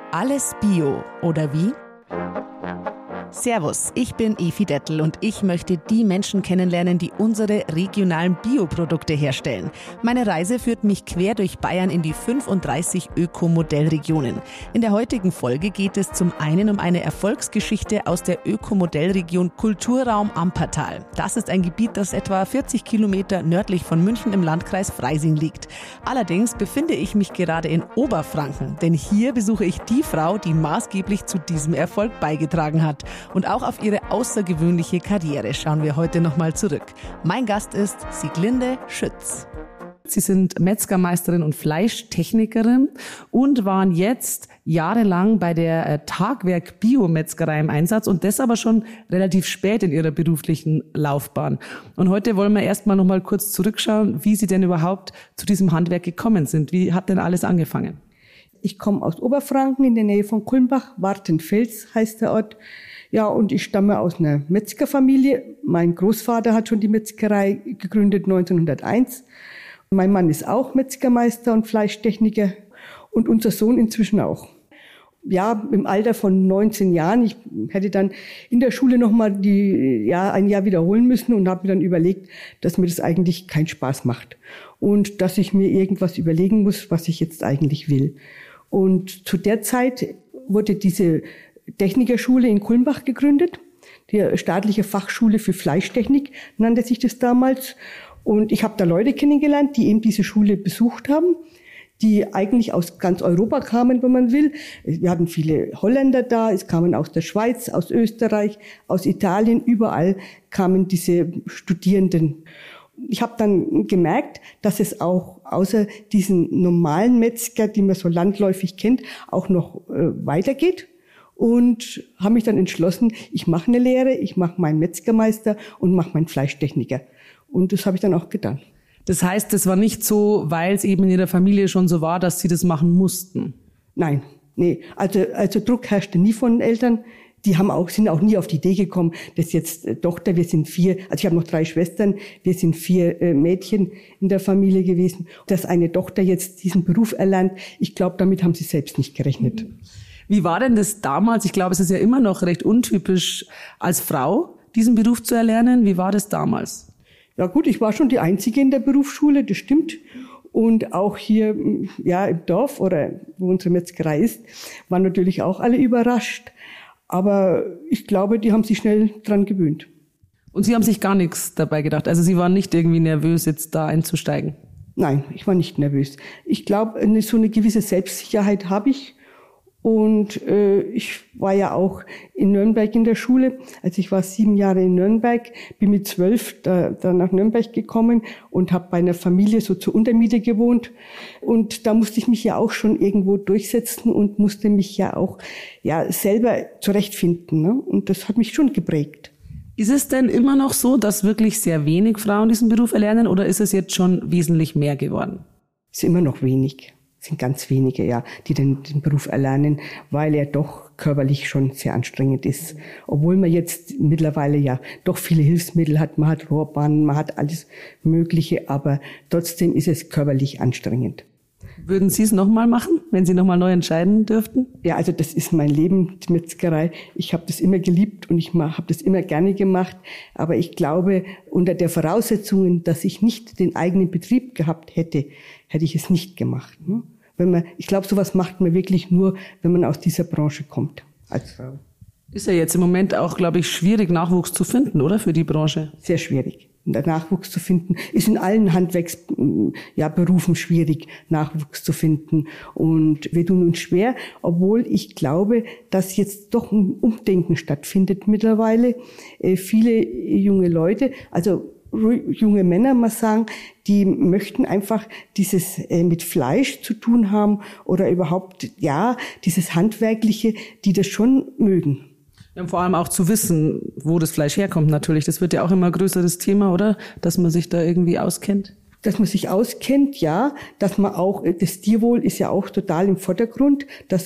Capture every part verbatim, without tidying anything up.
Alles Bio, oder wie? Servus, ich bin Evi Dettel und ich möchte die Menschen kennenlernen, die unsere regionalen Bioprodukte herstellen. Meine Reise führt mich quer durch Bayern in die fünfunddreißig Ökomodellregionen. In der heutigen Folge geht es zum einen um eine Erfolgsgeschichte aus der Ökomodellregion Kulturraum Ampertal. Das ist ein Gebiet, das etwa vierzig Kilometer nördlich von München im Landkreis Freising liegt. Allerdings befinde ich mich gerade in Oberfranken, denn hier besuche ich die Frau, die maßgeblich zu diesem Erfolg beigetragen hat. Und auch auf ihre außergewöhnliche Karriere schauen wir heute nochmal zurück. Mein Gast ist Sieglinde Schütz. Sie sind Metzgermeisterin und Fleischtechnikerin und waren jetzt jahrelang bei der Tagwerk Biometzgerei im Einsatz und das aber schon relativ spät in ihrer beruflichen Laufbahn. Und heute wollen wir erstmal noch mal kurz zurückschauen, wie Sie denn überhaupt zu diesem Handwerk gekommen sind. Wie hat denn alles angefangen? Ich komme aus Oberfranken in der Nähe von Kulmbach, Wartenfels heißt der Ort. Ja, und ich stamme aus einer Metzgerfamilie. Mein Großvater hat schon die Metzgerei gegründet neunzehnhunderteins. Mein Mann ist auch Metzgermeister und Fleischtechniker und unser Sohn inzwischen auch. Ja, im Alter von neunzehn Jahren. Ich hätte dann in der Schule noch mal die, ja, ein Jahr wiederholen müssen und habe mir dann überlegt, dass mir das eigentlich keinen Spaß macht und dass ich mir irgendwas überlegen muss, was ich jetzt eigentlich will. Und zu der Zeit wurde diese Technikerschule in Kulmbach gegründet, die staatliche Fachschule für Fleischtechnik nannte sich das damals. Und ich habe da Leute kennengelernt, die eben diese Schule besucht haben, die eigentlich aus ganz Europa kamen, wenn man will. Wir hatten viele Holländer da, es kamen aus der Schweiz, aus Österreich, aus Italien, überall kamen diese Studierenden. Ich habe dann gemerkt, dass es auch außer diesen normalen Metzger, die man so landläufig kennt, auch noch äh, weitergeht. Und habe mich dann entschlossen, ich mache eine Lehre, ich mache meinen Metzgermeister und mache meinen Fleischtechniker. Und das habe ich dann auch getan. Das heißt, das war nicht so, weil es eben in Ihrer Familie schon so war, dass Sie das machen mussten? Nein, nee. Also, also Druck herrschte nie von den Eltern. Die haben auch, sind auch nie auf die Idee gekommen, dass jetzt äh, Tochter, wir sind vier, also ich habe noch drei Schwestern, wir sind vier äh, Mädchen in der Familie gewesen, dass eine Tochter jetzt diesen Beruf erlernt. Ich glaube, damit haben sie selbst nicht gerechnet. Wie war denn das damals? Ich glaube, es ist ja immer noch recht untypisch, als Frau diesen Beruf zu erlernen. Wie war das damals? Ja gut, ich war schon die Einzige in der Berufsschule, das stimmt. Und auch hier ja im Dorf oder wo unsere Metzgerei ist, waren natürlich auch alle überrascht. Aber ich glaube, die haben sich schnell dran gewöhnt. Und Sie haben sich gar nichts dabei gedacht? Also Sie waren nicht irgendwie nervös, jetzt da einzusteigen? Nein, ich war nicht nervös. Ich glaube, so eine gewisse Selbstsicherheit habe ich. Und äh, ich war ja auch in Nürnberg in der Schule. Also ich war sieben Jahre in Nürnberg, bin mit zwölf da, da nach Nürnberg gekommen und habe bei einer Familie so zur Untermiete gewohnt. Und da musste ich mich ja auch schon irgendwo durchsetzen und musste mich ja auch ja selber zurechtfinden. Ne? Und das hat mich schon geprägt. Ist es denn immer noch so, dass wirklich sehr wenig Frauen diesen Beruf erlernen oder ist es jetzt schon wesentlich mehr geworden? Ist immer noch wenig. Es sind ganz wenige, ja, die den, den Beruf erlernen, weil er doch körperlich schon sehr anstrengend ist. Obwohl man jetzt mittlerweile ja doch viele Hilfsmittel hat, man hat Rohrbahnen, man hat alles Mögliche, aber trotzdem ist es körperlich anstrengend. Würden Sie es nochmal machen, wenn Sie nochmal neu entscheiden dürften? Ja, also das ist mein Leben, die Metzgerei. Ich habe das immer geliebt und ich habe das immer gerne gemacht. Aber ich glaube, unter der Voraussetzung, dass ich nicht den eigenen Betrieb gehabt hätte, hätte ich es nicht gemacht. Ne? Wenn man, ich glaube, sowas macht man wirklich nur, wenn man aus dieser Branche kommt, als Frau. Ist ja jetzt im Moment auch, glaube ich, schwierig, Nachwuchs zu finden, oder, für die Branche? Sehr schwierig. Der Nachwuchs zu finden, ist in allen Handwerksberufen ja, Berufen schwierig, Nachwuchs zu finden. Und wir tun uns schwer, obwohl ich glaube, dass jetzt doch ein Umdenken stattfindet mittlerweile. Äh, viele junge Leute, also junge Männer, mal sagen, die möchten einfach dieses äh, mit Fleisch zu tun haben oder überhaupt, ja, dieses Handwerkliche, die das schon mögen. Ja, vor allem auch zu wissen, wo das Fleisch herkommt natürlich. Das wird ja auch immer ein größeres Thema, oder? Dass man sich da irgendwie auskennt. Dass man sich auskennt, ja. Dass man auch, das Tierwohl ist ja auch total im Vordergrund, dass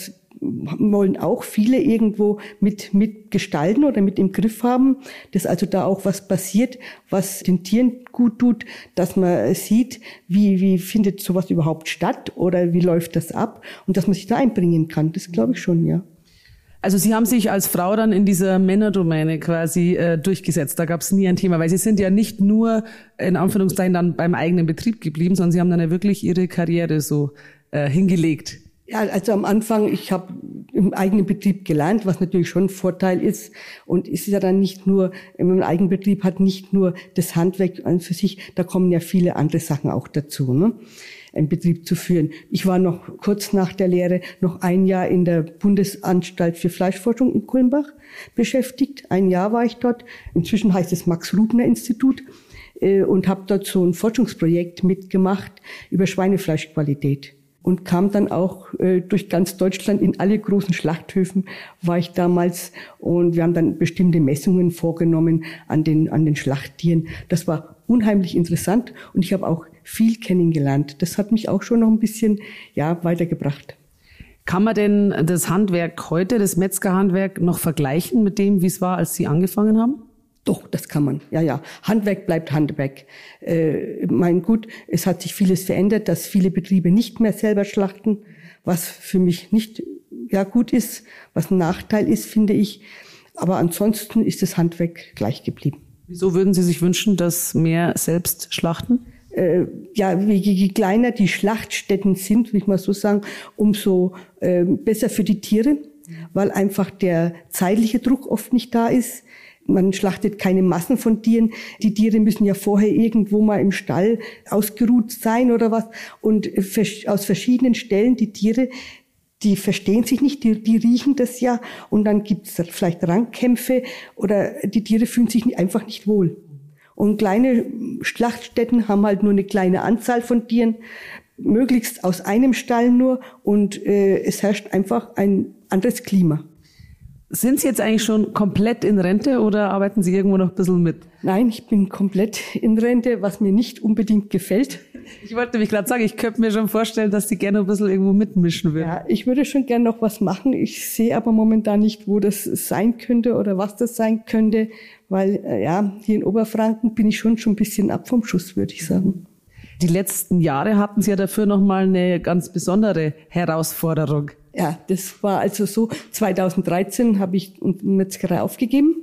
wollen auch viele irgendwo mit, mit gestalten oder mit im Griff haben, dass also da auch was passiert, was den Tieren gut tut, dass man sieht, wie, wie findet sowas überhaupt statt oder wie läuft das ab und dass man sich da einbringen kann. Das glaube ich schon, ja. Also Sie haben sich als Frau dann in dieser Männerdomäne quasi äh, durchgesetzt. Da gab es nie ein Thema, weil Sie sind ja nicht nur in Anführungszeichen dann beim eigenen Betrieb geblieben, sondern Sie haben dann ja wirklich Ihre Karriere so äh, hingelegt. Ja, also am Anfang, ich habe im eigenen Betrieb gelernt, was natürlich schon ein Vorteil ist. Und es ist ja dann nicht nur, im eigenen Betrieb hat nicht nur das Handwerk an für sich, da kommen ja viele andere Sachen auch dazu, ne? Einen Betrieb zu führen. Ich war noch kurz nach der Lehre noch ein Jahr in der Bundesanstalt für Fleischforschung in Kulmbach beschäftigt. Ein Jahr war ich dort. Inzwischen heißt es Max-Rubner-Institut äh, und habe dort so ein Forschungsprojekt mitgemacht über Schweinefleischqualität. Und kam dann auch äh, durch ganz Deutschland in alle großen Schlachthöfen, war ich damals. Und wir haben dann bestimmte Messungen vorgenommen an den, an den Schlachttieren. Das war unheimlich interessant und ich habe auch viel kennengelernt. Das hat mich auch schon noch ein bisschen, ja, weitergebracht. Kann man denn das Handwerk heute, das Metzgerhandwerk, noch vergleichen mit dem, wie es war, als Sie angefangen haben? Doch, das kann man. Ja, ja. Handwerk bleibt Handwerk. Äh, mein gut, es hat sich vieles verändert, dass viele Betriebe nicht mehr selber schlachten, was für mich nicht ja gut ist, was ein Nachteil ist, finde ich. Aber ansonsten ist das Handwerk gleich geblieben. Wieso würden Sie sich wünschen, dass mehr selbst schlachten? Äh, ja, je, je kleiner die Schlachtstätten sind, will ich mal so sagen, umso äh, besser für die Tiere, weil einfach der zeitliche Druck oft nicht da ist. Man schlachtet keine Massen von Tieren. Die Tiere müssen ja vorher irgendwo mal im Stall ausgeruht sein oder was. Und aus verschiedenen Stellen die Tiere, die verstehen sich nicht, die, die riechen das ja. Und dann gibt es vielleicht Rangkämpfe oder die Tiere fühlen sich einfach nicht wohl. Und kleine Schlachtstätten haben halt nur eine kleine Anzahl von Tieren, möglichst aus einem Stall nur. Und äh, es herrscht einfach ein anderes Klima. Sind Sie jetzt eigentlich schon komplett in Rente oder arbeiten Sie irgendwo noch ein bisschen mit? Nein, ich bin komplett in Rente, was mir nicht unbedingt gefällt. Ich wollte nämlich gerade sagen, ich könnte mir schon vorstellen, dass Sie gerne ein bisschen irgendwo mitmischen würden. Ja, ich würde schon gerne noch was machen. Ich sehe aber momentan nicht, wo das sein könnte oder was das sein könnte, weil äh, ja, hier in Oberfranken bin ich schon schon ein bisschen ab vom Schuss, würde ich sagen. Die letzten Jahre hatten Sie ja dafür nochmal eine ganz besondere Herausforderung. Ja, das war also so, zweitausenddreizehn habe ich die Metzgerei aufgegeben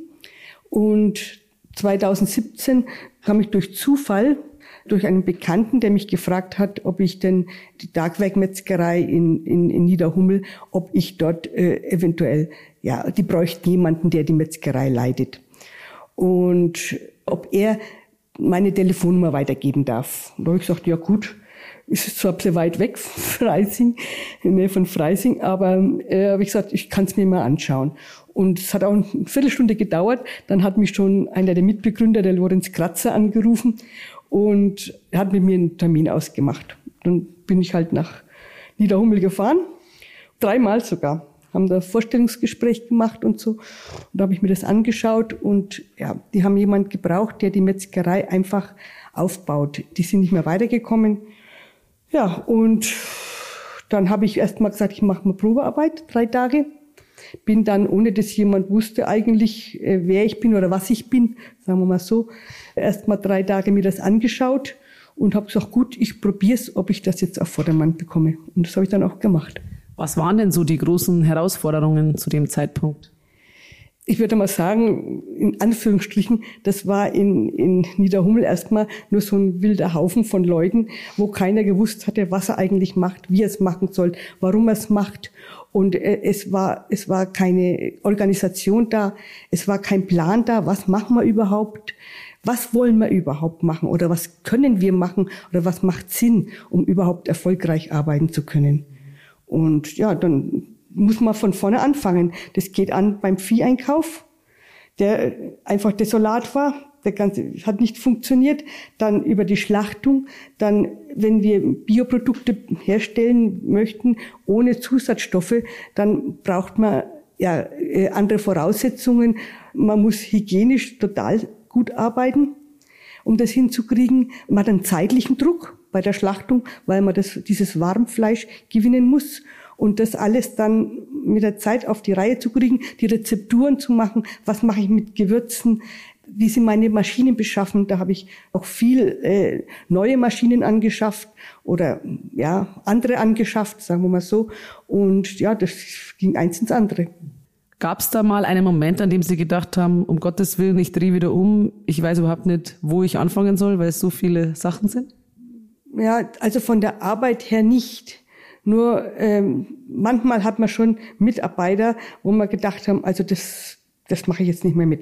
und zweitausendsiebzehn kam ich durch Zufall, durch einen Bekannten, der mich gefragt hat, ob ich denn die Tagwerkmetzgerei in, in, in Niederhummel, ob ich dort äh, eventuell, ja, die bräuchten jemanden, der die Metzgerei leitet. Und ob er meine Telefonnummer weitergeben darf. Und da habe ich gesagt, ja gut, ist zwar ein bisschen weit weg von Freising, in der Nähe von Freising, aber äh, habe ich gesagt, ich kann es mir mal anschauen. Und es hat auch eine Viertelstunde gedauert. Dann hat mich schon einer der Mitbegründer, der Lorenz Kratzer, angerufen und er hat mit mir einen Termin ausgemacht. Dann bin ich halt nach Niederhummel gefahren, dreimal sogar. Haben da ein Vorstellungsgespräch gemacht und so. Und da habe ich mir das angeschaut und ja, die haben jemand gebraucht, der die Metzgerei einfach aufbaut. Die sind nicht mehr weitergekommen. Ja, und dann habe ich erst mal gesagt, ich mache mal Probearbeit, drei Tage. Bin dann, ohne dass jemand wusste eigentlich, äh, wer ich bin oder was ich bin, sagen wir mal so, erst mal drei Tage mir das angeschaut und habe gesagt, gut, ich probiere es, ob ich das jetzt auf Vordermann bekomme. Und das habe ich dann auch gemacht. Was waren denn so die großen Herausforderungen zu dem Zeitpunkt? Ich würde mal sagen, in Anführungsstrichen, das war in, in Niederhummel erstmal nur so ein wilder Haufen von Leuten, wo keiner gewusst hatte, was er eigentlich macht, wie er es machen soll, warum er es macht. Und äh, es war, es war keine Organisation da, es war kein Plan da, was machen wir überhaupt, was wollen wir überhaupt machen oder was können wir machen oder was macht Sinn, um überhaupt erfolgreich arbeiten zu können. Und ja, dann muss man von vorne anfangen. Das geht an beim Vieheinkauf, der einfach desolat war. Der ganze hat nicht funktioniert. Dann über die Schlachtung. Dann, wenn wir Bioprodukte herstellen möchten ohne Zusatzstoffe, dann braucht man ja andere Voraussetzungen. Man muss hygienisch total gut arbeiten, um das hinzukriegen. Man hat einen zeitlichen Druck bei der Schlachtung, weil man das, dieses Warmfleisch gewinnen muss. Und das alles dann mit der Zeit auf die Reihe zu kriegen, die Rezepturen zu machen. Was mache ich mit Gewürzen? Wie sind meine Maschinen beschaffen? Da habe ich auch viel äh, neue Maschinen angeschafft oder ja andere angeschafft, sagen wir mal so. Und ja, das ging eins ins andere. Gab es da mal einen Moment, an dem Sie gedacht haben, um Gottes Willen, ich drehe wieder um, ich weiß überhaupt nicht, wo ich anfangen soll, weil es so viele Sachen sind? Ja, also von der Arbeit her nicht. Nur ähm, manchmal hat man schon Mitarbeiter, wo wir gedacht haben, also das, das mache ich jetzt nicht mehr mit.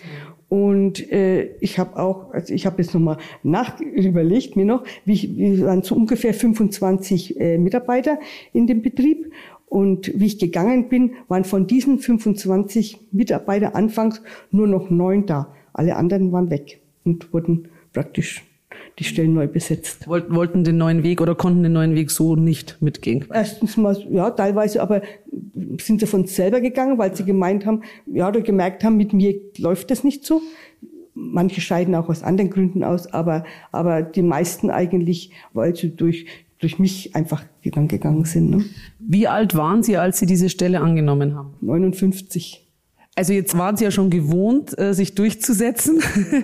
Und äh, ich habe auch, also ich habe jetzt nochmal nach überlegt mir noch, wie ich, wir waren so ungefähr fünfundzwanzig äh, Mitarbeiter in dem Betrieb. Und wie ich gegangen bin, waren von diesen fünfundzwanzig Mitarbeiter anfangs nur noch neun da. Alle anderen waren weg und wurden praktisch die Stellen neu besetzt. Wollten, wollten den neuen Weg oder konnten den neuen Weg so nicht mitgehen? Erstens mal, ja, teilweise, aber sind sie von selber gegangen, weil sie gemeint haben, ja, oder gemerkt haben, mit mir läuft das nicht so. Manche scheiden auch aus anderen Gründen aus, aber, aber die meisten eigentlich, weil sie durch, durch mich einfach gegangen sind. Ne? Wie alt waren Sie, als Sie diese Stelle angenommen haben? neunundfünfzig. Also jetzt waren Sie ja schon gewohnt, sich durchzusetzen,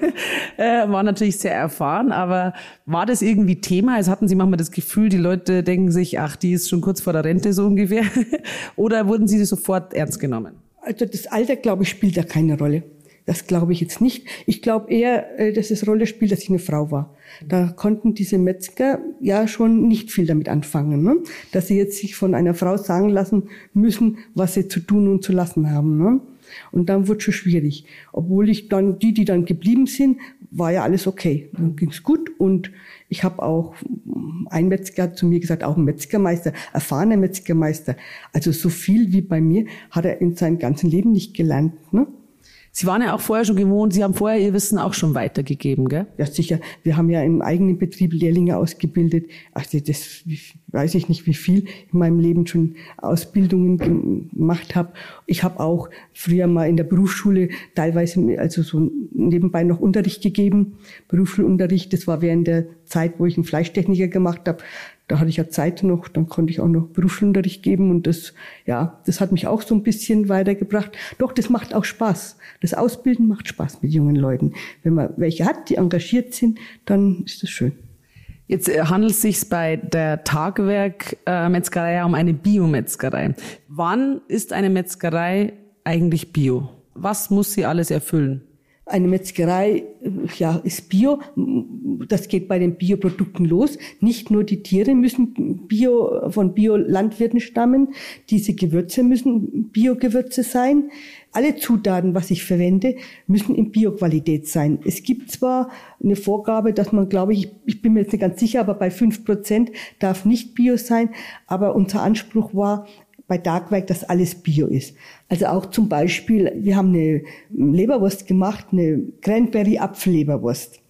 waren natürlich sehr erfahren, aber war das irgendwie Thema? Also hatten Sie manchmal das Gefühl, die Leute denken sich, ach, die ist schon kurz vor der Rente so ungefähr, oder wurden Sie sofort ernst genommen? Also das Alter, glaube ich, spielt da keine Rolle. Das glaube ich jetzt nicht. Ich glaube eher, dass es Rolle spielt, dass ich eine Frau war. Da konnten diese Metzger ja schon nicht viel damit anfangen, ne? Dass sie jetzt sich von einer Frau sagen lassen müssen, was sie zu tun und zu lassen haben. Ne? Und dann wurde es schon schwierig. Obwohl ich dann, die, die dann geblieben sind, war ja alles okay. Dann ging's gut. Und ich habe auch, ein Metzger hat zu mir gesagt, auch ein Metzgermeister, erfahrener Metzgermeister. Also so viel wie bei mir hat er in seinem ganzen Leben nicht gelernt. Ne? Sie waren ja auch vorher schon gewohnt, Sie haben vorher Ihr Wissen auch schon weitergegeben, gell? Ja, sicher. Wir haben ja im eigenen Betrieb Lehrlinge ausgebildet. Ach, das weiß ich nicht, wie viel in meinem Leben schon Ausbildungen gemacht habe. Ich habe auch früher mal in der Berufsschule teilweise also so nebenbei noch Unterricht gegeben, Berufsschulunterricht. Das war während der Zeit, wo ich einen Fleischtechniker gemacht habe. Da hatte ich ja Zeit noch, dann konnte ich auch noch Berufsschulunterricht geben und das, ja, das hat mich auch so ein bisschen weitergebracht. Doch, das macht auch Spaß. Das Ausbilden macht Spaß mit jungen Leuten. Wenn man welche hat, die engagiert sind, dann ist das schön. Jetzt handelt es sich bei der Tagwerk-Metzgerei um eine Biometzgerei. Wann ist eine Metzgerei eigentlich Bio? Was muss sie alles erfüllen? Eine Metzgerei, ja, ist Bio. Das geht bei den Bioprodukten los. Nicht nur die Tiere müssen Bio, von Biolandwirten stammen. Diese Gewürze müssen Biogewürze sein. Alle Zutaten, was ich verwende, müssen in Bioqualität sein. Es gibt zwar eine Vorgabe, dass man, glaube ich, ich bin mir jetzt nicht ganz sicher, aber bei fünf Prozent darf nicht Bio sein. Aber unser Anspruch war, bei Tagwerk, dass alles Bio ist. Also auch zum Beispiel, wir haben eine Leberwurst gemacht, eine Cranberry-Apfelleberwurst.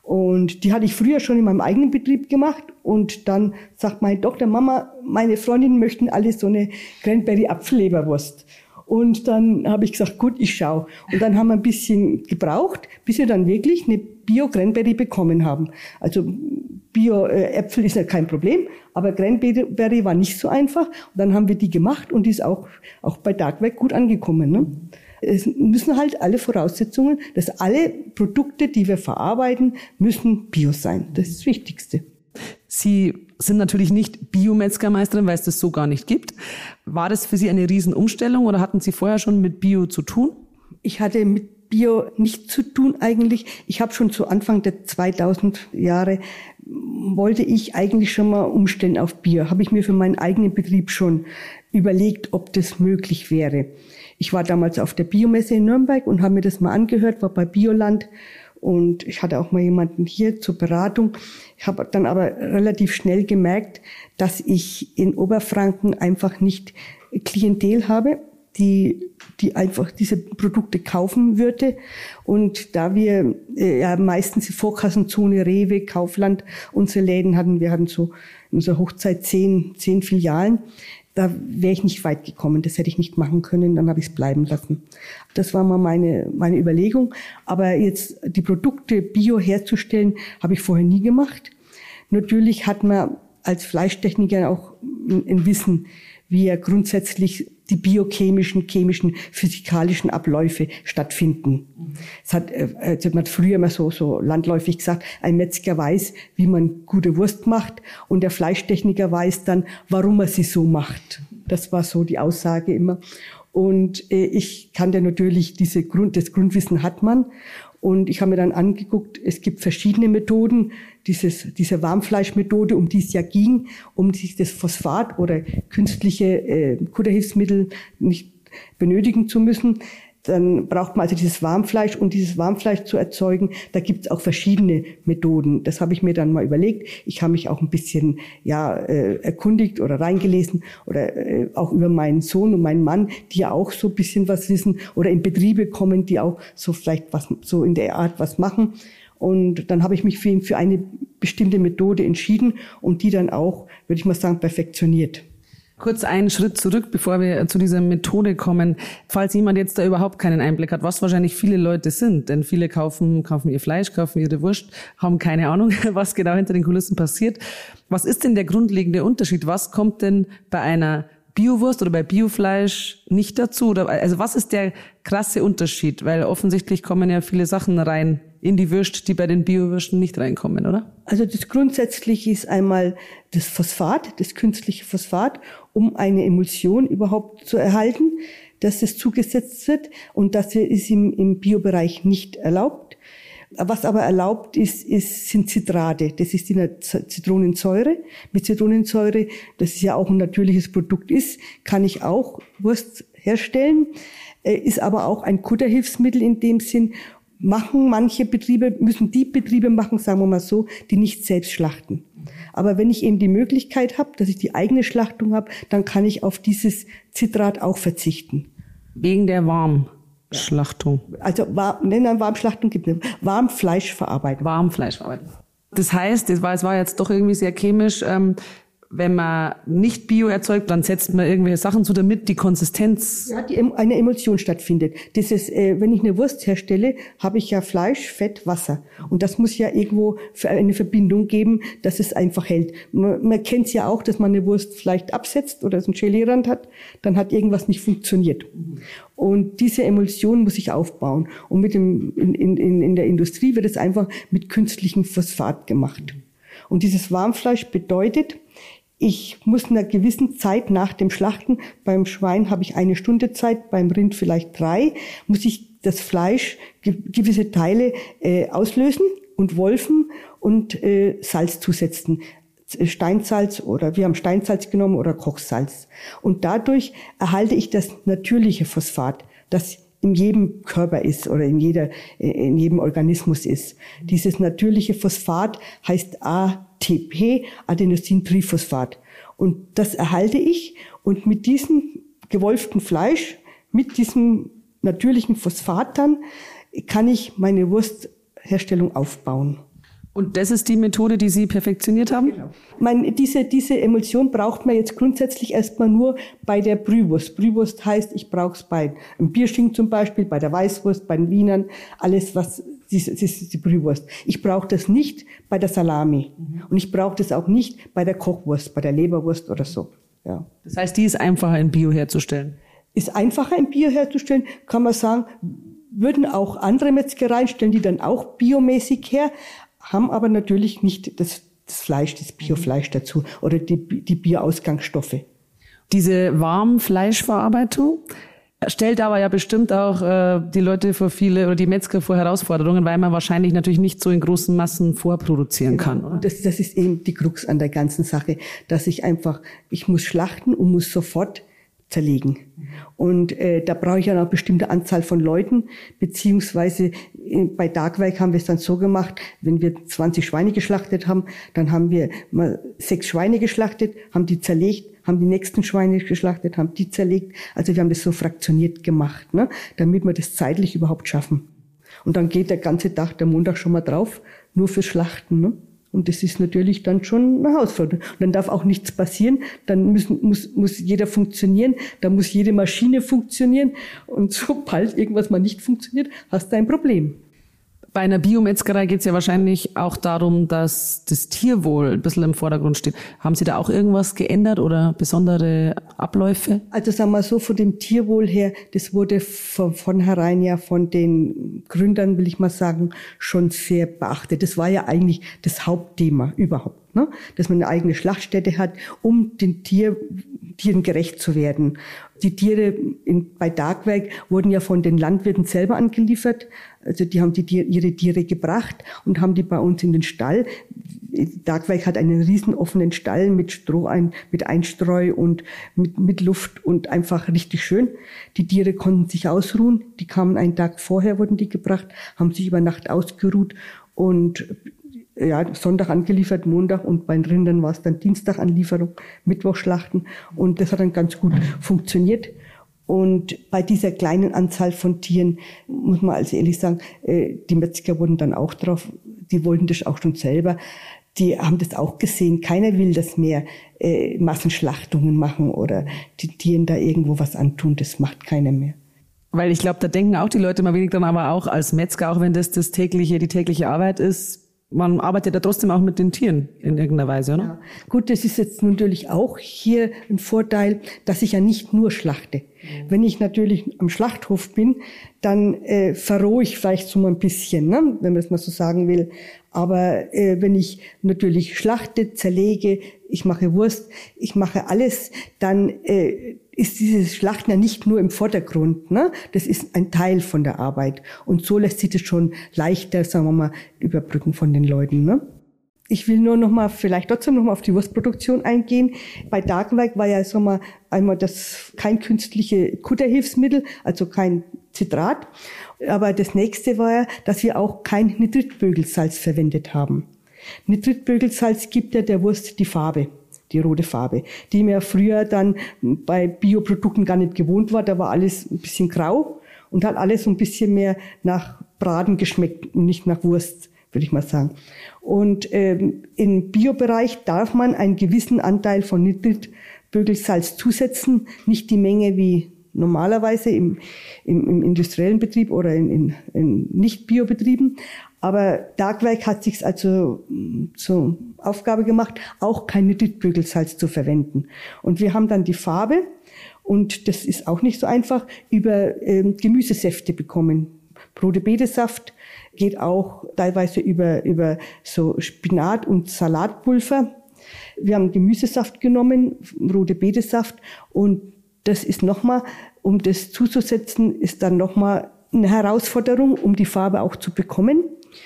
Und die hatte ich früher schon in meinem eigenen Betrieb gemacht. Und dann sagt meine Tochter, Mama, meine Freundinnen möchten alle so eine Cranberry-Apfelleberwurst. Und dann habe ich gesagt, gut, ich schau. Und dann haben wir ein bisschen gebraucht, bis wir dann wirklich eine Bio-Cranberry bekommen haben. Also Bio-Äpfel ist ja kein Problem, aber Cranberry war nicht so einfach. Und dann haben wir die gemacht und die ist auch, auch bei Tagwerk gut angekommen. Ne? Es müssen halt alle Voraussetzungen, dass alle Produkte, die wir verarbeiten, müssen Bio sein. Das ist das Wichtigste. Sie sind natürlich nicht Bio-Metzgermeisterin, weil es das so gar nicht gibt. War das für Sie eine Riesenumstellung oder hatten Sie vorher schon mit Bio zu tun? Ich hatte mit Bio nichts zu tun eigentlich. Ich habe schon zu Anfang der zweitausend Jahre, wollte ich eigentlich schon mal umstellen auf Bio. Habe ich mir für meinen eigenen Betrieb schon überlegt, ob das möglich wäre. Ich war damals auf der Biomesse in Nürnberg und habe mir das mal angehört, war bei Bioland. Und ich hatte auch mal jemanden hier zur Beratung. Ich habe dann aber relativ schnell gemerkt, dass ich in Oberfranken einfach nicht Klientel habe, die, die einfach diese Produkte kaufen würde. Und da wir äh, ja meistens die Vorkassenzone, Rewe, Kaufland, unsere Läden hatten, wir hatten so in unserer Hochzeit zehn, zehn Filialen, da wäre ich nicht weit gekommen. Das hätte ich nicht machen können, dann habe ich es bleiben lassen. Das war mal meine, meine Überlegung. Aber jetzt die Produkte bio herzustellen, habe ich vorher nie gemacht. Natürlich hat man als Fleischtechniker auch ein, ein Wissen, wie ja grundsätzlich die biochemischen, chemischen, physikalischen Abläufe stattfinden. Es hat, also man hat früher immer so, so landläufig gesagt, ein Metzger weiß, wie man gute Wurst macht und der Fleischtechniker weiß dann, warum er sie so macht. Das war so die Aussage immer. Und äh, ich kannte natürlich diese Grund, das Grundwissen hat man. Und ich habe mir dann angeguckt, es gibt verschiedene Methoden, dieses, diese Warmfleischmethode, um die es ja ging, um sich das Phosphat oder künstliche äh, Kutterhilfsmittel nicht benötigen zu müssen. Dann braucht man also dieses Warmfleisch, um dieses Warmfleisch zu erzeugen. Da gibt es auch verschiedene Methoden. Das habe ich mir dann mal überlegt. Ich habe mich auch ein bisschen ja äh, erkundigt oder reingelesen oder äh, auch über meinen Sohn und meinen Mann, die ja auch so ein bisschen was wissen oder in Betriebe kommen, die auch so vielleicht was so in der Art was machen. Und dann habe ich mich für ihn für eine bestimmte Methode entschieden und die dann auch, würde ich mal sagen, perfektioniert. Kurz einen Schritt zurück, bevor wir zu dieser Methode kommen. Falls jemand jetzt da überhaupt keinen Einblick hat, was wahrscheinlich viele Leute sind, denn viele kaufen, kaufen ihr Fleisch, kaufen ihre Wurst, haben keine Ahnung, was genau hinter den Kulissen passiert. Was ist denn der grundlegende Unterschied? Was kommt denn bei einer Biowurst oder bei Biofleisch nicht dazu? Oder, also was ist der krasse Unterschied? Weil offensichtlich kommen ja viele Sachen rein in die Wurst, die bei den Biowürsten nicht reinkommen, oder? Also das Grundsätzliche ist einmal das Phosphat, das künstliche Phosphat, um eine Emulsion überhaupt zu erhalten, dass es zugesetzt wird und das ist im, im Biobereich nicht erlaubt. Was aber erlaubt ist, ist, sind Zitrate. Das ist die Zitronensäure. Mit Zitronensäure, das ja auch ein natürliches Produkt ist, kann ich auch Wurst herstellen, ist aber auch ein Kutterhilfsmittel in dem Sinn. Machen manche Betriebe, müssen die Betriebe machen, sagen wir mal so, die nicht selbst schlachten. Aber wenn ich eben die Möglichkeit habe, dass ich die eigene Schlachtung habe, dann kann ich auf dieses Zitrat auch verzichten. Wegen der Warmschlachtung. Also warm, nein, nein, Warmschlachtung gibt es nicht. Warmfleischverarbeitung. Warmfleischverarbeitung. Das heißt, es war, es war jetzt doch irgendwie sehr chemisch. Ähm, wenn man nicht Bio erzeugt, dann setzt man irgendwelche Sachen zu, damit die Konsistenz... Ja, die, eine Emulsion stattfindet. Das ist, äh, wenn ich eine Wurst herstelle, habe ich ja Fleisch, Fett, Wasser. Und das muss ja irgendwo für eine Verbindung geben, dass es einfach hält. Man, man kennt es ja auch, dass man eine Wurst vielleicht absetzt oder so einen Gelierand hat, dann hat irgendwas nicht funktioniert. Und diese Emulsion muss ich aufbauen. Und mit dem, in, in, in der Industrie wird es einfach mit künstlichem Phosphat gemacht. Und dieses Warmfleisch bedeutet, ich muss in einer gewissen Zeit nach dem Schlachten, beim Schwein habe ich eine Stunde Zeit, beim Rind vielleicht drei, muss ich das Fleisch, gewisse Teile äh, auslösen und wolfen und äh, Salz zusetzen. Steinsalz oder wir haben Steinsalz genommen oder Kochsalz. Und dadurch erhalte ich das natürliche Phosphat, das in jedem Körper ist oder in jeder, in jedem Organismus ist. Dieses natürliche Phosphat heißt A T P, Adenosintriphosphat. Und das erhalte ich und mit diesem gewolften Fleisch, mit diesem natürlichen Phosphat dann, kann ich meine Wurstherstellung aufbauen. Und das ist die Methode, die Sie perfektioniert haben? Genau. Meine, diese, diese Emulsion braucht man jetzt grundsätzlich erstmal nur bei der Brühwurst. Brühwurst heißt, ich brauche es bei einem Bierschinken zum Beispiel, bei der Weißwurst, bei den Wienern, alles was, das ist die Brühwurst. Ich brauche das nicht bei der Salami. Mhm. Und ich brauche das auch nicht bei der Kochwurst, bei der Leberwurst oder so. Ja. Das heißt, die ist einfacher in Bio herzustellen? Ist einfacher in Bio herzustellen, kann man sagen, würden auch andere Metzgereien stellen die dann auch biomäßig her, haben aber natürlich nicht das, das Fleisch, das Biofleisch dazu oder die, die Bioausgangsstoffe. Diese Warmfleischverarbeitung stellt aber ja bestimmt auch äh, die Leute vor viele oder die Metzger vor Herausforderungen, weil man wahrscheinlich natürlich nicht so in großen Massen vorproduzieren genau. kann. Oder? Und das, das ist eben die Krux an der ganzen Sache, dass ich einfach, ich muss schlachten und muss sofort zerlegen. Und äh, da brauche ich ja noch eine bestimmte Anzahl von Leuten, beziehungsweise äh, bei Darkwerk haben wir es dann so gemacht, wenn wir zwanzig Schweine geschlachtet haben, dann haben wir mal sechs Schweine geschlachtet, haben die zerlegt, haben die nächsten Schweine geschlachtet, haben die zerlegt. Also wir haben das so fraktioniert gemacht, ne, damit wir das zeitlich überhaupt schaffen. Und dann geht der ganze Tag, der Montag schon mal drauf, nur fürs Schlachten, ne? Und das ist natürlich dann schon eine Herausforderung. Und dann darf auch nichts passieren. Dann müssen, muss, muss jeder funktionieren. Da muss jede Maschine funktionieren. Und sobald irgendwas mal nicht funktioniert, hast du ein Problem. Bei einer Biometzgerei geht es ja wahrscheinlich auch darum, dass das Tierwohl ein bisschen im Vordergrund steht. Haben Sie da auch irgendwas geändert oder besondere Abläufe? Also sagen wir so, von dem Tierwohl her, das wurde von vornherein ja von den Gründern, will ich mal sagen, schon sehr beachtet. Das war ja eigentlich das Hauptthema überhaupt, ne? Dass man eine eigene Schlachtstätte hat, um den Tier, Tieren gerecht zu werden. Die Tiere in, bei Dagwerk wurden ja von den Landwirten selber angeliefert. Also die haben die, ihre Tiere gebracht und haben die bei uns in den Stall. Dagwerk hat einen riesen offenen Stall mit Stroh, ein, mit Einstreu und mit, mit Luft und einfach richtig schön. Die Tiere konnten sich ausruhen. Die kamen einen Tag vorher, wurden die gebracht, haben sich über Nacht ausgeruht und ja, Sonntag angeliefert, Montag, und bei den Rindern war es dann Dienstag Anlieferung, Mittwoch Schlachten, und das hat dann ganz gut funktioniert. Und bei dieser kleinen Anzahl von Tieren muss man also ehrlich sagen, die Metzger wurden dann auch drauf, die wollten das auch schon selber, die haben das auch gesehen, keiner will das mehr, äh, Massenschlachtungen machen oder die Tieren da irgendwo was antun, das macht keiner mehr. Weil ich glaube, da denken auch die Leute mal wenig dran, aber auch als Metzger, auch wenn das das tägliche, die tägliche Arbeit ist, man arbeitet ja trotzdem auch mit den Tieren in irgendeiner Weise, oder? Ja. Gut, das ist jetzt natürlich auch hier ein Vorteil, dass ich ja nicht nur schlachte. Mhm. Wenn ich natürlich am Schlachthof bin, dann äh, verrohe ich vielleicht so mal ein bisschen, ne? Wenn man das mal so sagen will. Aber äh, wenn ich natürlich schlachte, zerlege, ich mache Wurst, ich mache alles, dann äh, ist dieses Schlachten ja nicht nur im Vordergrund, ne? Das ist ein Teil von der Arbeit. Und so lässt sich das schon leichter, sagen wir mal, überbrücken von den Leuten, ne? Ich will nur noch mal, vielleicht trotzdem noch mal auf die Wurstproduktion eingehen. Bei Dagwerk war ja, sagen wir, einmal das kein künstliche Kutterhilfsmittel, also kein Zitrat. Aber das nächste war ja, dass wir auch kein Nitritbögelsalz verwendet haben. Nitritbögelsalz gibt ja der Wurst die Farbe, die rote Farbe, die mir früher dann bei Bioprodukten gar nicht gewohnt war. Da war alles ein bisschen grau und hat alles so ein bisschen mehr nach Braten geschmeckt und nicht nach Wurst, würde ich mal sagen. Und ähm, im Biobereich darf man einen gewissen Anteil von Nitritbögelsalz zusetzen, nicht die Menge wie normalerweise im, im, im industriellen Betrieb oder in, in, in Nicht-Bio-Betrieben. Aber Dagwerk hat sich also zur Aufgabe gemacht, auch kein Nitritbögelsalz zu verwenden. Und wir haben dann die Farbe, und das ist auch nicht so einfach, über ähm, Gemüsesäfte bekommen. Rote Betesaft geht auch teilweise über, über so Spinat- und Salatpulver. Wir haben Gemüsesaft genommen, rote Betesaft, und das ist nochmal, um das zuzusetzen, ist dann nochmal eine Herausforderung, um die Farbe auch zu bekommen.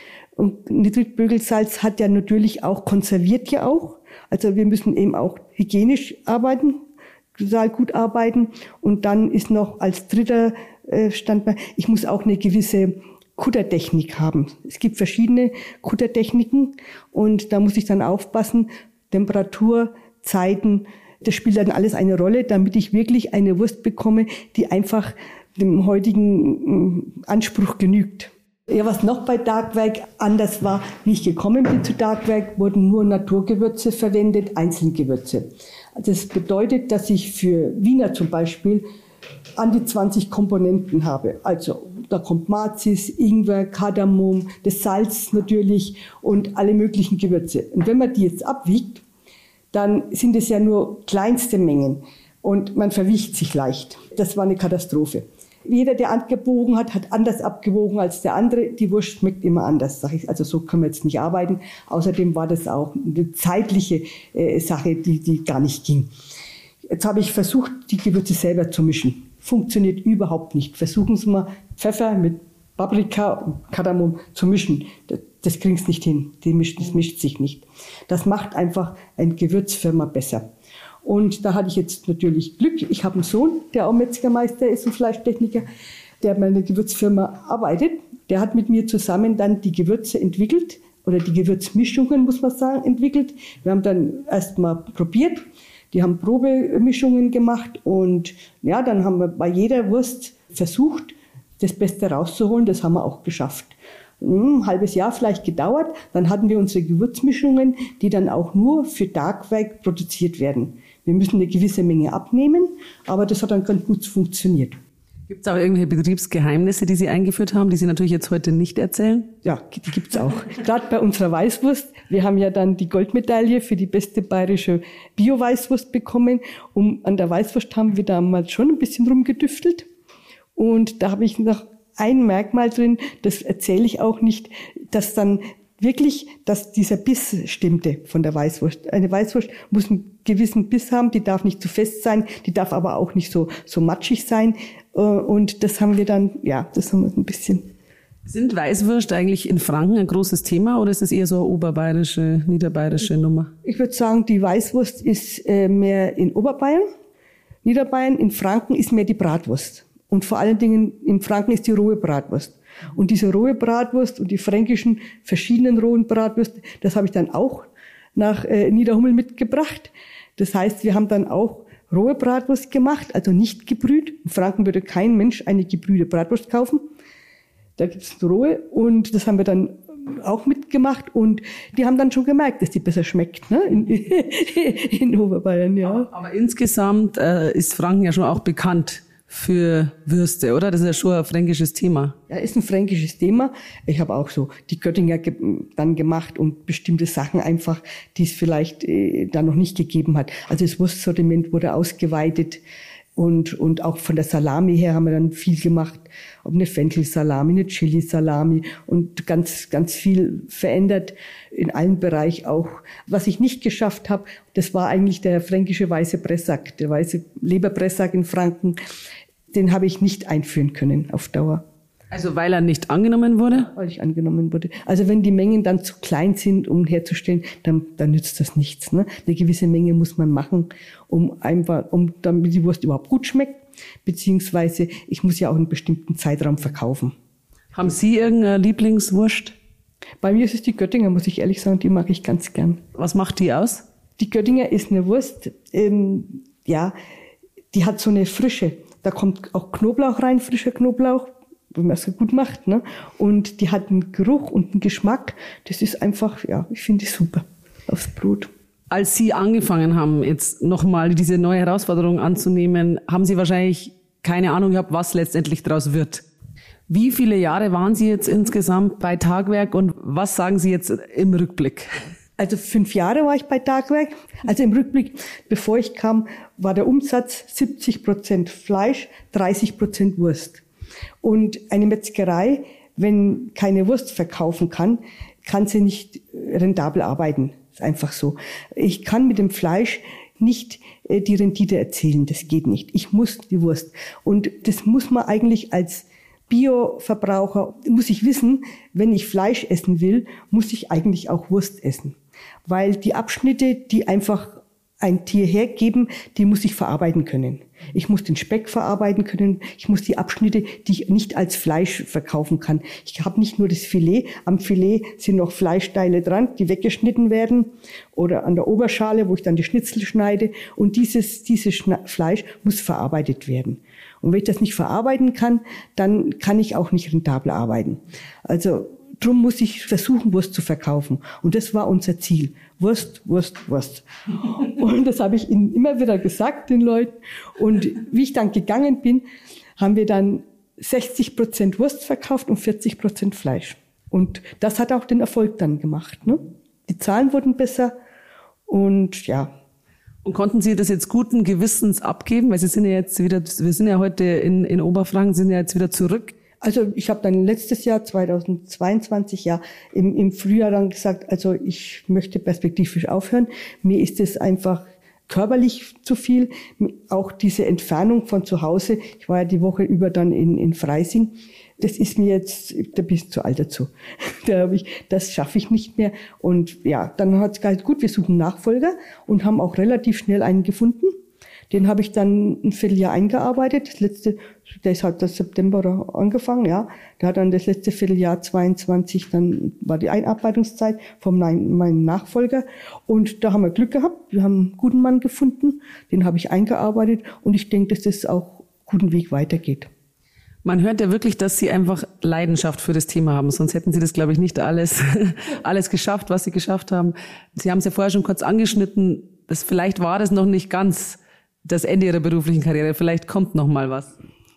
Und Nitritbögelsalz hat ja natürlich auch, konserviert ja auch. Also wir müssen eben auch hygienisch arbeiten, total gut arbeiten. Und dann ist noch als dritter Standbein, ich muss auch eine gewisse Kuttertechnik haben. Es gibt verschiedene Kuttertechniken, und da muss ich dann aufpassen, Temperatur, Zeiten, das spielt dann alles eine Rolle, damit ich wirklich eine Wurst bekomme, die einfach dem heutigen Anspruch genügt. Ja, was noch bei Dagwerk anders war, wie ich gekommen bin zu Dagwerk, wurden nur Naturgewürze verwendet, Einzelgewürze. Das bedeutet, dass ich für Wiener zum Beispiel an die zwanzig Komponenten habe. Also da kommt Mazis, Ingwer, Kardamom, das Salz natürlich und alle möglichen Gewürze. Und wenn man die jetzt abwiegt, dann sind es ja nur kleinste Mengen und man verwiegt sich leicht. Das war eine Katastrophe. Jeder, der abgewogen hat, hat anders abgewogen als der andere. Die Wurst schmeckt immer anders, sage ich. Also so können wir jetzt nicht arbeiten. Außerdem war das auch eine zeitliche äh, Sache, die, die gar nicht ging. Jetzt habe ich versucht, die Gewürze selber zu mischen. Funktioniert überhaupt nicht. Versuchen Sie mal, Pfeffer mit Paprika und Kardamom zu mischen. Das, das kriegen Sie nicht hin. Die mischt, das mischt sich nicht. Das macht einfach eine Gewürzfirma besser. Und da hatte ich jetzt natürlich Glück. Ich habe einen Sohn, der auch Metzgermeister ist und Fleischtechniker, der bei einer Gewürzfirma arbeitet. Der hat mit mir zusammen dann die Gewürze entwickelt, oder die Gewürzmischungen, muss man sagen, entwickelt. Wir haben dann erst mal probiert. Die haben Probemischungen gemacht, und ja, dann haben wir bei jeder Wurst versucht, das Beste rauszuholen. Das haben wir auch geschafft. Ein halbes Jahr vielleicht gedauert. Dann hatten wir unsere Gewürzmischungen, die dann auch nur für Dagwerk produziert werden. Wir müssen eine gewisse Menge abnehmen, aber das hat dann ganz gut funktioniert. Gibt es auch irgendwelche Betriebsgeheimnisse, die Sie eingeführt haben, die Sie natürlich jetzt heute nicht erzählen? Ja, die gibt's auch. Gerade bei unserer Weißwurst. Wir haben ja dann die Goldmedaille für die beste bayerische Bio-Weißwurst bekommen. Und an der Weißwurst haben wir damals schon ein bisschen rumgedüftelt. Und da habe ich noch ein Merkmal drin, das erzähle ich auch nicht, dass dann wirklich, dass dieser Biss stimmte von der Weißwurst. Eine Weißwurst muss einen gewissen Biss haben, die darf nicht zu fest sein, die darf aber auch nicht so, so matschig sein. Und das haben wir dann, ja, das haben wir ein bisschen. Sind Weißwürst eigentlich in Franken ein großes Thema oder ist es eher so eine oberbayerische, niederbayerische Nummer? Ich würde sagen, die Weißwurst ist äh, mehr in Oberbayern, Niederbayern, in Franken ist mehr die Bratwurst. Und vor allen Dingen in Franken ist die rohe Bratwurst. Und diese rohe Bratwurst und die fränkischen verschiedenen rohen Bratwürste, das habe ich dann auch nach äh, Niederhummel mitgebracht. Das heißt, wir haben dann auch rohe Bratwurst gemacht, also nicht gebrüht. In Franken würde kein Mensch eine gebrühte Bratwurst kaufen. Da gibt es rohe und das haben wir dann auch mitgemacht und die haben dann schon gemerkt, dass die besser schmeckt, ne? in, in Oberbayern, ja. Aber, aber insgesamt äh, ist Franken ja schon auch bekannt für Würste, oder? Das ist ja schon ein fränkisches Thema. Ja, ist ein fränkisches Thema. Ich habe auch so die Göttinger ge- dann gemacht und bestimmte Sachen einfach, die es vielleicht äh, da noch nicht gegeben hat. Also das Wurstsortiment wurde ausgeweitet und und auch von der Salami her haben wir dann viel gemacht. Ob eine Fenchelsalami, eine Chili-Salami und ganz ganz viel verändert in allen Bereichen auch. Was ich nicht geschafft habe, das war eigentlich der fränkische weiße Pressack, der weiße Leberpressack in Franken. Den habe ich nicht einführen können auf Dauer. Also weil er nicht angenommen wurde? Weil ich angenommen wurde. Also wenn die Mengen dann zu klein sind, um herzustellen, dann, dann nützt das nichts. Ne? Eine gewisse Menge muss man machen, um einfach, um damit die Wurst überhaupt gut schmeckt. Beziehungsweise ich muss ja auch einen bestimmten Zeitraum verkaufen. Haben Sie irgendeine Lieblingswurst? Bei mir ist es die Göttinger, muss ich ehrlich sagen, die mag ich ganz gern. Was macht die aus? Die Göttinger ist eine Wurst, ähm, ja, die hat so eine Frische. Da kommt auch Knoblauch rein, frischer Knoblauch, wenn man es so gut macht, ne? Und die hat einen Geruch und einen Geschmack. Das ist einfach, ja, ich finde es super aufs Brot. Als Sie angefangen haben, jetzt nochmal diese neue Herausforderung anzunehmen, haben Sie wahrscheinlich keine Ahnung gehabt, was letztendlich daraus wird. Wie viele Jahre waren Sie jetzt insgesamt bei Tagwerk und was sagen Sie jetzt im Rückblick? Also fünf Jahre war ich bei Tagwerk. Also im Rückblick, bevor ich kam, war der Umsatz siebzig Prozent Fleisch, dreißig Prozent Wurst. Und eine Metzgerei, wenn keine Wurst verkaufen kann, kann sie nicht rentabel arbeiten. Ist einfach so. Ich kann mit dem Fleisch nicht äh, die Rendite erzielen. Das geht nicht. Ich muss die Wurst. Und das muss man eigentlich als Bioverbraucher, muss ich wissen, wenn ich Fleisch essen will, muss ich eigentlich auch Wurst essen. Weil die Abschnitte, die einfach ein Tier hergeben, die muss ich verarbeiten können. Ich muss den Speck verarbeiten können. Ich muss die Abschnitte, die ich nicht als Fleisch verkaufen kann. Ich habe nicht nur das Filet. Am Filet sind noch Fleischteile dran, die weggeschnitten werden. Oder an der Oberschale, wo ich dann die Schnitzel schneide. Und dieses, dieses Fleisch muss verarbeitet werden. Und wenn ich das nicht verarbeiten kann, dann kann ich auch nicht rentabel arbeiten. Also drum muss ich versuchen, Wurst zu verkaufen. Und das war unser Ziel. Wurst, Wurst, Wurst. Und das habe ich ihnen immer wieder gesagt, den Leuten. Und wie ich dann gegangen bin, haben wir dann sechzig Prozent Wurst verkauft und vierzig Prozent Fleisch. Und das hat auch den Erfolg dann gemacht, ne? Die Zahlen wurden besser und ja. Und konnten Sie das jetzt guten Gewissens abgeben? Weil Sie sind ja jetzt wieder, wir sind ja heute in, in Oberfranken, sind ja jetzt wieder zurück. Also ich habe dann letztes Jahr, zweitausendzweiundzwanzig, ja, im, im Frühjahr dann gesagt, also ich möchte perspektivisch aufhören. Mir ist es einfach körperlich zu viel. Auch diese Entfernung von zu Hause. Ich war ja die Woche über dann in, in Freising. Das ist mir jetzt, da bin ich zu alt dazu. Da habe ich, das schaffe ich nicht mehr. Und ja, dann hat es gesagt, gut, wir suchen Nachfolger und haben auch relativ schnell einen gefunden. Den habe ich dann ein Vierteljahr eingearbeitet. Das letzte, der ist halt das September angefangen, ja. Der hat dann das letzte Vierteljahr zweiundzwanzig, dann war die Einarbeitungszeit von meinem Nachfolger. Und da haben wir Glück gehabt. Wir haben einen guten Mann gefunden. Den habe ich eingearbeitet. Und ich denke, dass das auch einen guten Weg weitergeht. Man hört ja wirklich, dass Sie einfach Leidenschaft für das Thema haben. Sonst hätten Sie das, glaube ich, nicht alles, alles geschafft, was Sie geschafft haben. Sie haben es ja vorher schon kurz angeschnitten. Das, vielleicht war das noch nicht ganz das Ende Ihrer beruflichen Karriere. Vielleicht kommt noch mal was.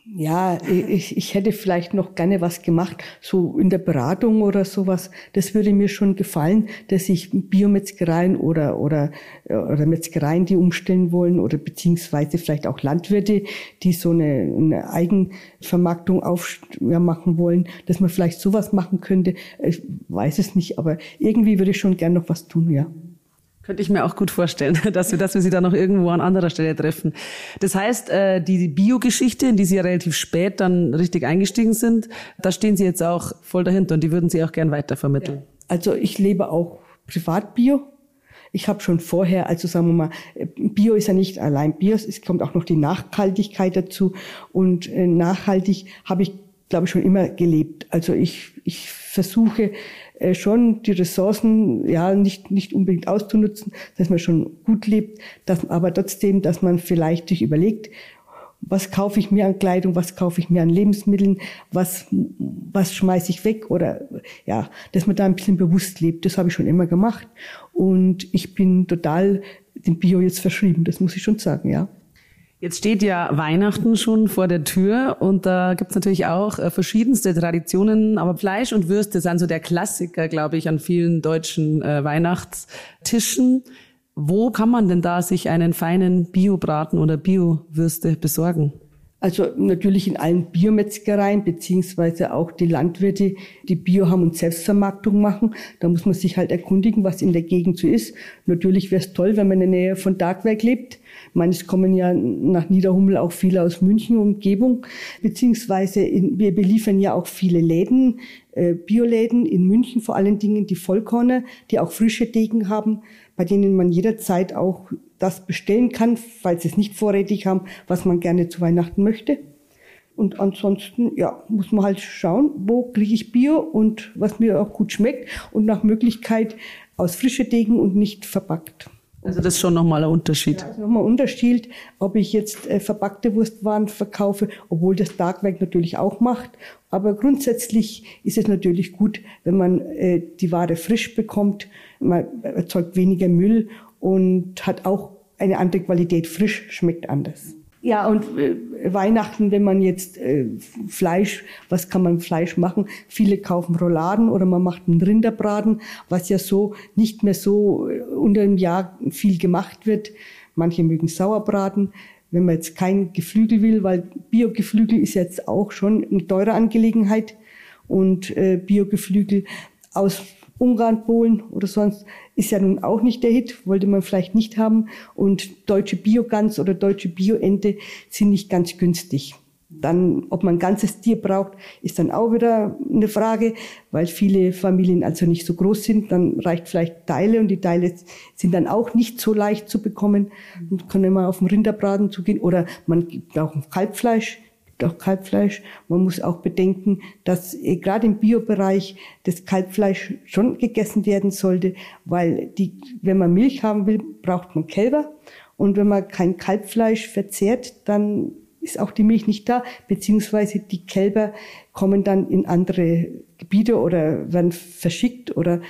Ja, ich, ich hätte vielleicht noch gerne was gemacht, so in der Beratung oder sowas. Das würde mir schon gefallen, dass ich Biometzgereien oder, oder, oder Metzgereien, die umstellen wollen oder beziehungsweise vielleicht auch Landwirte, die so eine, eine Eigenvermarktung auf, ja, machen wollen, dass man vielleicht sowas machen könnte. Ich weiß es nicht, aber irgendwie würde ich schon gerne noch was tun, ja. Könnte ich mir auch gut vorstellen, dass wir, dass wir Sie da noch irgendwo an anderer Stelle treffen. Das heißt, die Bio-Geschichte, in die Sie ja relativ spät dann richtig eingestiegen sind, da stehen Sie jetzt auch voll dahinter und die würden Sie auch gern weitervermitteln. Also ich lebe auch privat Bio. Ich habe schon vorher, also sagen wir mal, Bio ist ja nicht allein Bio, es kommt auch noch die Nachhaltigkeit dazu. Und nachhaltig habe ich, glaube ich, schon immer gelebt. Also ich, ich versuche schon die Ressourcen ja nicht nicht unbedingt auszunutzen, dass man schon gut lebt, dass, aber trotzdem, dass man vielleicht sich überlegt, was kaufe ich mir an Kleidung, was kaufe ich mir an Lebensmitteln, was was schmeiße ich weg oder ja, dass man da ein bisschen bewusst lebt. Das habe ich schon immer gemacht und ich bin total dem Bio jetzt verschrieben, das muss ich schon sagen, ja. Jetzt steht ja Weihnachten schon vor der Tür und da gibt's natürlich auch äh, verschiedenste Traditionen, aber Fleisch und Würste sind so der Klassiker, glaube ich, an vielen deutschen äh, Weihnachtstischen. Wo kann man denn da sich einen feinen Biobraten oder Biowürste besorgen? Also natürlich in allen Biometzgereien, beziehungsweise auch die Landwirte, die Bio haben und Selbstvermarktung machen. Da muss man sich halt erkundigen, was in der Gegend so ist. Natürlich wäre es toll, wenn man in der Nähe von Dagwerk lebt. Ich meine, es kommen ja nach Niederhummel auch viele aus München und Umgebung, beziehungsweise in, wir beliefern ja auch viele Läden, äh, Bioläden in München, vor allen Dingen die Vollkorner, die auch frische Degen haben, bei denen man jederzeit auch das bestellen kann, falls sie es nicht vorrätig haben, was man gerne zu Weihnachten möchte. Und ansonsten, ja, muss man halt schauen, wo kriege ich Bio und was mir auch gut schmeckt und nach Möglichkeit aus frische Degen und nicht verpackt. Also das ist schon nochmal ein Unterschied. Ja, also nochmal ein Unterschied, ob ich jetzt äh, verpackte Wurstwaren verkaufe, obwohl das Dagwerk natürlich auch macht. Aber grundsätzlich ist es natürlich gut, wenn man äh, die Ware frisch bekommt. Man erzeugt weniger Müll und hat auch eine andere Qualität. Frisch schmeckt anders. Ja, und äh, Weihnachten, wenn man jetzt äh, Fleisch, was kann man mit Fleisch machen? Viele kaufen Rouladen oder man macht einen Rinderbraten, was ja so nicht mehr so äh, unter dem Jahr viel gemacht wird. Manche mögen Sauerbraten. Wenn man jetzt kein Geflügel will, weil Bio-Geflügel ist jetzt auch schon eine teure Angelegenheit und äh, Bio-Geflügel aus Ungarn, Polen oder sonst ist ja nun auch nicht der Hit, wollte man vielleicht nicht haben. Und deutsche Biogans oder deutsche Bioente sind nicht ganz günstig. Dann, ob man ein ganzes Tier braucht, ist dann auch wieder eine Frage, weil viele Familien also nicht so groß sind. Dann reicht vielleicht Teile und die Teile sind dann auch nicht so leicht zu bekommen. Man kann immer auf den Rinderbraten zugehen oder man gibt auch Kalbfleisch. Auch Kalbfleisch. Man muss auch bedenken, dass äh, gerade im Biobereich das Kalbfleisch schon gegessen werden sollte, weil die, wenn man Milch haben will, braucht man Kälber. Und wenn man kein Kalbfleisch verzehrt, dann ist auch die Milch nicht da, beziehungsweise die Kälber kommen dann in andere Gebiete oder werden verschickt oder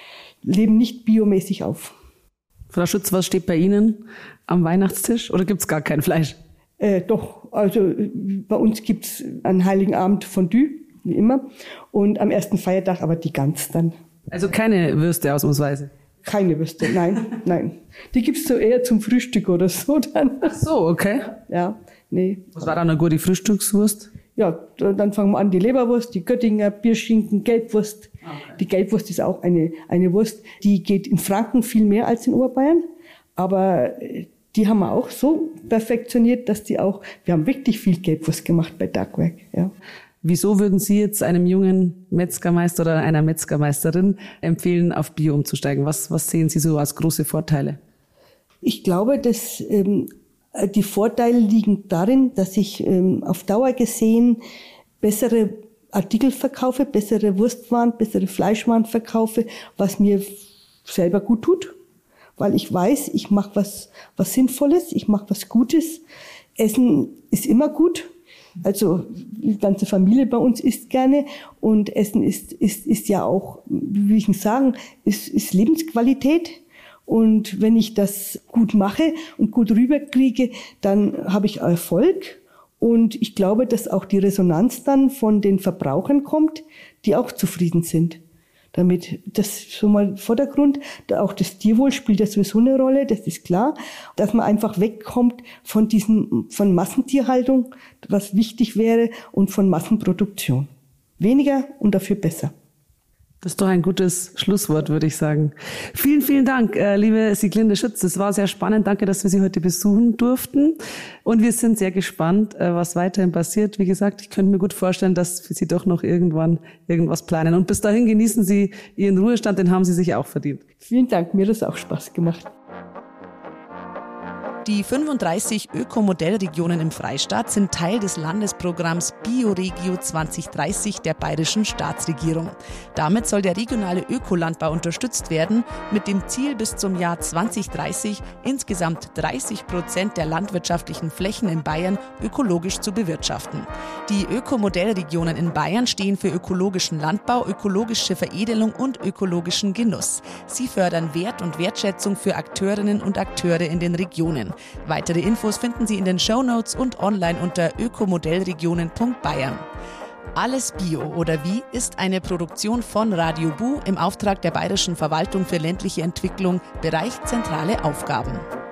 leben nicht biomäßig auf. Frau Schütz, was steht bei Ihnen am Weihnachtstisch oder gibt's gar kein Fleisch? Äh, doch, also bei uns gibt's an Heiligen Abend Fondue, wie immer, und am ersten Feiertag aber die Gans dann. Also keine Würste ausnahmsweise? Keine Würste, nein, nein. Die gibt's so eher zum Frühstück oder so dann. Ach so, okay. Ja, nee. Was war dann eine gute Frühstückswurst? Ja, dann fangen wir an, die Leberwurst, die Göttinger, Bierschinken, Gelbwurst. Okay. Die Gelbwurst ist auch eine, eine Wurst, die geht in Franken viel mehr als in Oberbayern, aber die haben wir auch so perfektioniert, dass die auch, wir haben wirklich viel Gelbwurst gemacht bei Dagwerk, ja. Wieso würden Sie jetzt einem jungen Metzgermeister oder einer Metzgermeisterin empfehlen, auf Bio umzusteigen? Was, was sehen Sie so als große Vorteile? Ich glaube, dass ähm, die Vorteile liegen darin, dass ich ähm, auf Dauer gesehen bessere Artikel verkaufe, bessere Wurstwaren, bessere Fleischwaren verkaufe, was mir selber gut tut. Weil ich weiß, ich mache was, was Sinnvolles, ich mache was Gutes. Essen ist immer gut. Also die ganze Familie bei uns isst gerne und Essen ist, ist, ist ja auch, wie will ich sagen, ist, ist Lebensqualität. Und wenn ich das gut mache und gut rüberkriege, dann habe ich Erfolg Und ich glaube, dass auch die Resonanz dann von den Verbrauchern kommt, die auch zufrieden sind. Damit das schon mal im Vordergrund, auch das Tierwohl spielt ja sowieso eine Rolle, das ist klar, dass man einfach wegkommt von diesen, von Massentierhaltung, was wichtig wäre, und von Massenproduktion. Weniger und dafür besser. Das ist doch ein gutes Schlusswort, würde ich sagen. Vielen, vielen Dank, äh, liebe Sieglinde Schütz. Das war sehr spannend. Danke, dass wir Sie heute besuchen durften. Und wir sind sehr gespannt, äh, was weiterhin passiert. Wie gesagt, ich könnte mir gut vorstellen, dass Sie doch noch irgendwann irgendwas planen. Und bis dahin genießen Sie Ihren Ruhestand, den haben Sie sich auch verdient. Vielen Dank, mir hat das auch Spaß gemacht. Die fünfunddreißig Ökomodellregionen im Freistaat sind Teil des Landesprogramms Bioregio zwanzig dreißig der bayerischen Staatsregierung. Damit soll der regionale Ökolandbau unterstützt werden, mit dem Ziel, bis zum Jahr zwanzig dreißig insgesamt dreißig Prozent der landwirtschaftlichen Flächen in Bayern ökologisch zu bewirtschaften. Die Ökomodellregionen in Bayern stehen für ökologischen Landbau, ökologische Veredelung und ökologischen Genuss. Sie fördern Wert und Wertschätzung für Akteurinnen und Akteure in den Regionen. Weitere Infos finden Sie in den Shownotes und online unter ökomodellregionen punkt bayern. Alles Bio oder wie ist eine Produktion von Radio Bu im Auftrag der Bayerischen Verwaltung für ländliche Entwicklung, Bereich zentrale Aufgaben.